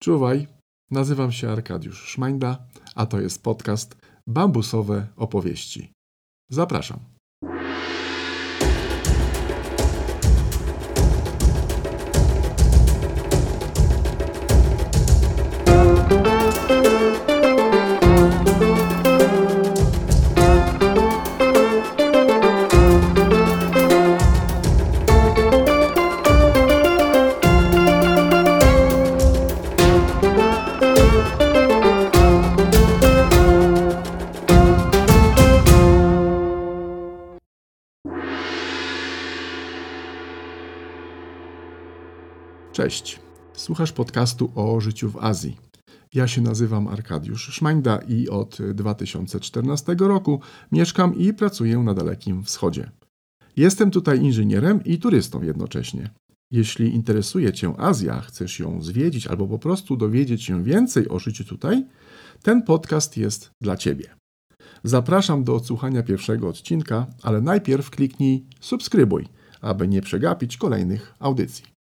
Czuwaj, nazywam się Arkadiusz Szmańda, a to jest podcast Bambusowe Opowieści. Zapraszam. Cześć, słuchasz podcastu o życiu w Azji. Ja się nazywam Arkadiusz Szmańda i od 2014 roku mieszkam i pracuję na Dalekim Wschodzie. Jestem tutaj inżynierem i turystą jednocześnie. Jeśli interesuje Cię Azja, chcesz ją zwiedzić albo po prostu dowiedzieć się więcej o życiu tutaj, ten podcast jest dla Ciebie. Zapraszam do odsłuchania pierwszego odcinka, ale najpierw kliknij subskrybuj, aby nie przegapić kolejnych audycji.